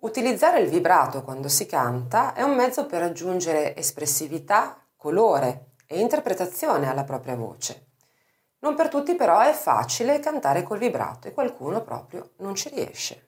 Utilizzare il vibrato quando si canta è un mezzo per aggiungere espressività, colore e interpretazione alla propria voce. Non per tutti però è facile cantare col vibrato e qualcuno proprio non ci riesce.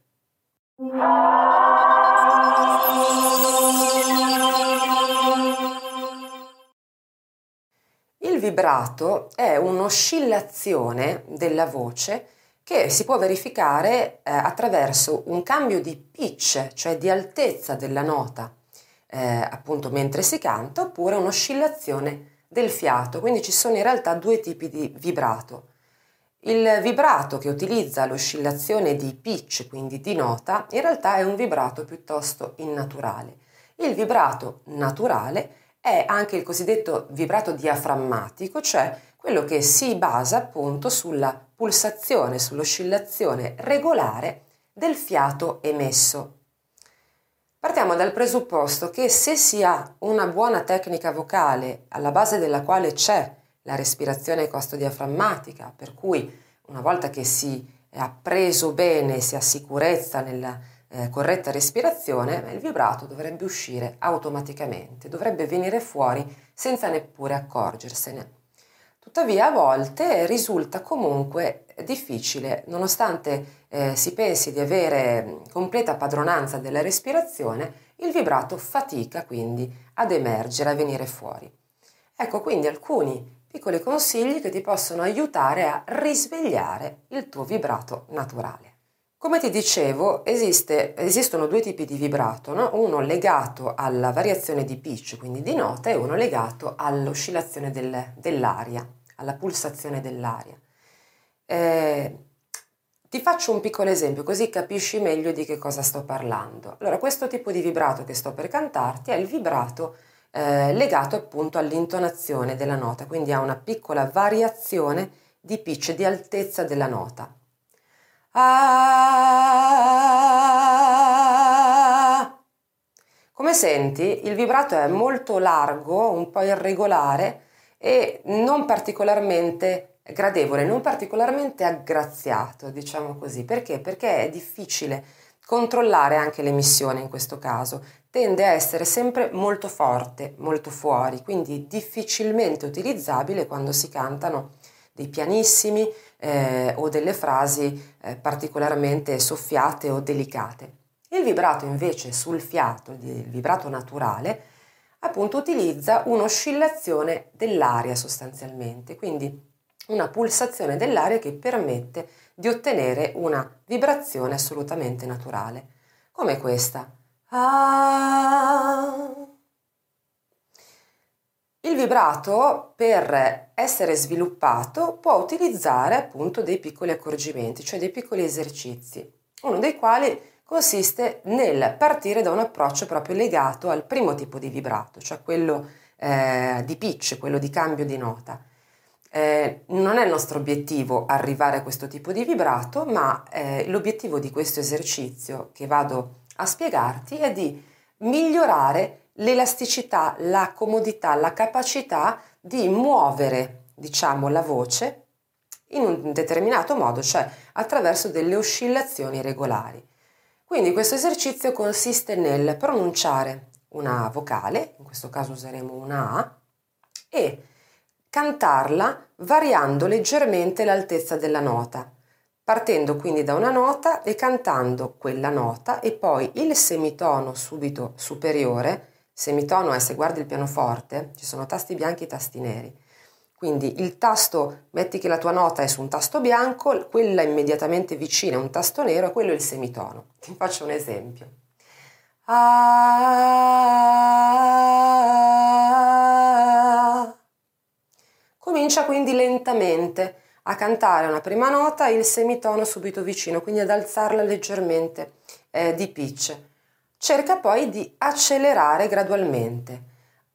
Il vibrato è un'oscillazione della voce che si può verificare attraverso un cambio di pitch, cioè di altezza della nota, appunto mentre si canta, oppure un'oscillazione del fiato. Quindi ci sono in realtà due tipi di vibrato. Il vibrato che utilizza l'oscillazione di pitch, quindi di nota, in realtà è un vibrato piuttosto innaturale. Il vibrato naturale è anche il cosiddetto vibrato diaframmatico, cioè quello che si basa appunto sulla pulsazione, sull'oscillazione regolare del fiato emesso. Partiamo dal presupposto che se si ha una buona tecnica vocale alla base della quale c'è la respirazione costodiaframmatica, per cui una volta che si è appreso bene, si ha sicurezza nella corretta respirazione, il vibrato dovrebbe uscire automaticamente, dovrebbe venire fuori senza neppure accorgersene. Tuttavia a volte risulta comunque difficile, nonostante si pensi di avere completa padronanza della respirazione, il vibrato fatica quindi ad emergere, a venire fuori. Ecco quindi alcuni piccoli consigli che ti possono aiutare a risvegliare il tuo vibrato naturale. Come ti dicevo, esistono due tipi di vibrato, no? Uno legato alla variazione di pitch, quindi di nota, e uno legato all'oscillazione dell'aria, alla pulsazione dell'aria. Ti faccio un piccolo esempio così capisci meglio di che cosa sto parlando. Allora, questo tipo di vibrato che sto per cantarti è il vibrato legato appunto all'intonazione della nota, quindi ha una piccola variazione di pitch, di altezza della nota. Come senti, il vibrato è molto largo, un po' irregolare e non particolarmente gradevole, non particolarmente aggraziato, diciamo così. Perché? Perché è difficile controllare anche l'emissione in questo caso. Tende a essere sempre molto forte, molto fuori, quindi difficilmente utilizzabile quando si cantano dei pianissimi o delle frasi particolarmente soffiate o delicate. Il vibrato invece sul fiato, il vibrato naturale, appunto utilizza un'oscillazione dell'aria sostanzialmente, quindi una pulsazione dell'aria che permette di ottenere una vibrazione assolutamente naturale, come questa. Il vibrato, per essere sviluppato, può utilizzare appunto dei piccoli accorgimenti, cioè dei piccoli esercizi, uno dei quali consiste nel partire da un approccio proprio legato al primo tipo di vibrato, cioè quello di pitch, quello di cambio di nota. Non è il nostro obiettivo arrivare a questo tipo di vibrato, ma l'obiettivo di questo esercizio che vado a spiegarti è di migliorare l'elasticità, la comodità, la capacità di muovere, diciamo, la voce in un determinato modo, cioè attraverso delle oscillazioni regolari. Quindi questo esercizio consiste nel pronunciare una vocale, in questo caso useremo una A, e cantarla variando leggermente l'altezza della nota, partendo quindi da una nota e cantando quella nota e poi il semitono subito superiore. Semitono è, se guardi il pianoforte, ci sono tasti bianchi e tasti neri. Quindi il tasto, metti che la tua nota è su un tasto bianco, quella immediatamente vicina è un tasto nero, quello è il semitono. Ti faccio un esempio. Comincia quindi lentamente a cantare una prima nota e il semitono subito vicino, quindi ad alzarla leggermente di pitch. Cerca poi di accelerare gradualmente.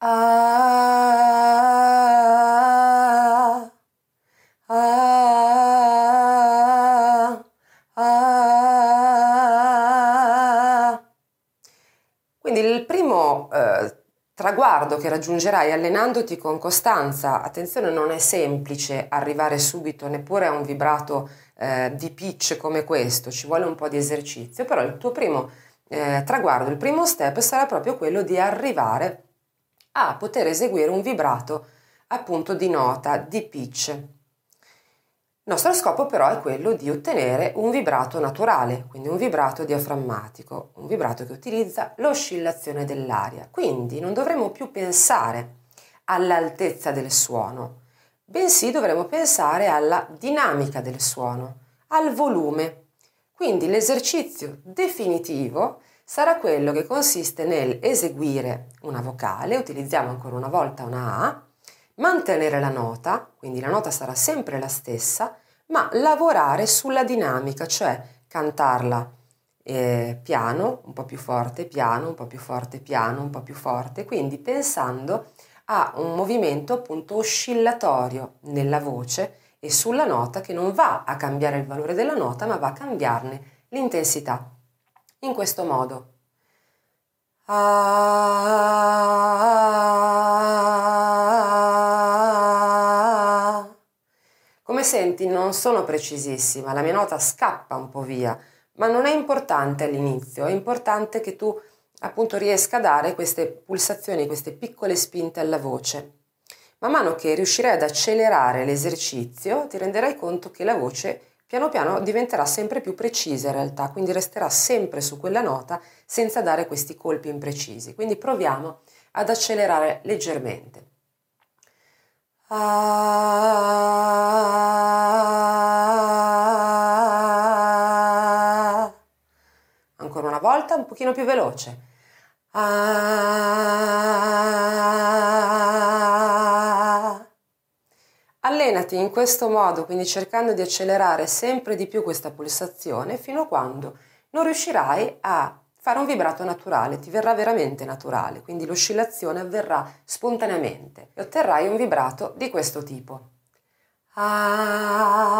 Quindi il primo traguardo che raggiungerai allenandoti con costanza, attenzione, non è semplice arrivare subito neppure a un vibrato di pitch come questo, ci vuole un po' di esercizio, però il tuo primo traguardo, il primo step sarà proprio quello di arrivare a poter eseguire un vibrato appunto di nota, di pitch. Il nostro scopo però è quello di ottenere un vibrato naturale, quindi un vibrato diaframmatico, un vibrato che utilizza l'oscillazione dell'aria. Quindi non dovremo più pensare all'altezza del suono, bensì dovremo pensare alla dinamica del suono, al volume. Quindi l'esercizio definitivo sarà quello che consiste nel eseguire una vocale, utilizziamo ancora una volta una A, mantenere la nota, quindi la nota sarà sempre la stessa, ma lavorare sulla dinamica, cioè cantarla piano, un po' più forte, piano, un po' più forte, piano, un po' più forte, quindi pensando a un movimento appunto oscillatorio nella voce e sulla nota che non va a cambiare il valore della nota, ma va a cambiarne l'intensità. In questo modo. Come senti, non sono precisissima, la mia nota scappa un po' via, ma non è importante all'inizio, è importante che tu appunto riesca a dare queste pulsazioni, queste piccole spinte alla voce. Man mano che riuscirai ad accelerare l'esercizio, ti renderai conto che la voce piano piano diventerà sempre più precisa in realtà, quindi resterà sempre su quella nota senza dare questi colpi imprecisi. Quindi proviamo ad accelerare leggermente. Ancora una volta, un pochino più veloce. Allenati in questo modo, quindi cercando di accelerare sempre di più questa pulsazione fino a quando non riuscirai a fare un vibrato naturale, ti verrà veramente naturale, quindi l'oscillazione avverrà spontaneamente e otterrai un vibrato di questo tipo.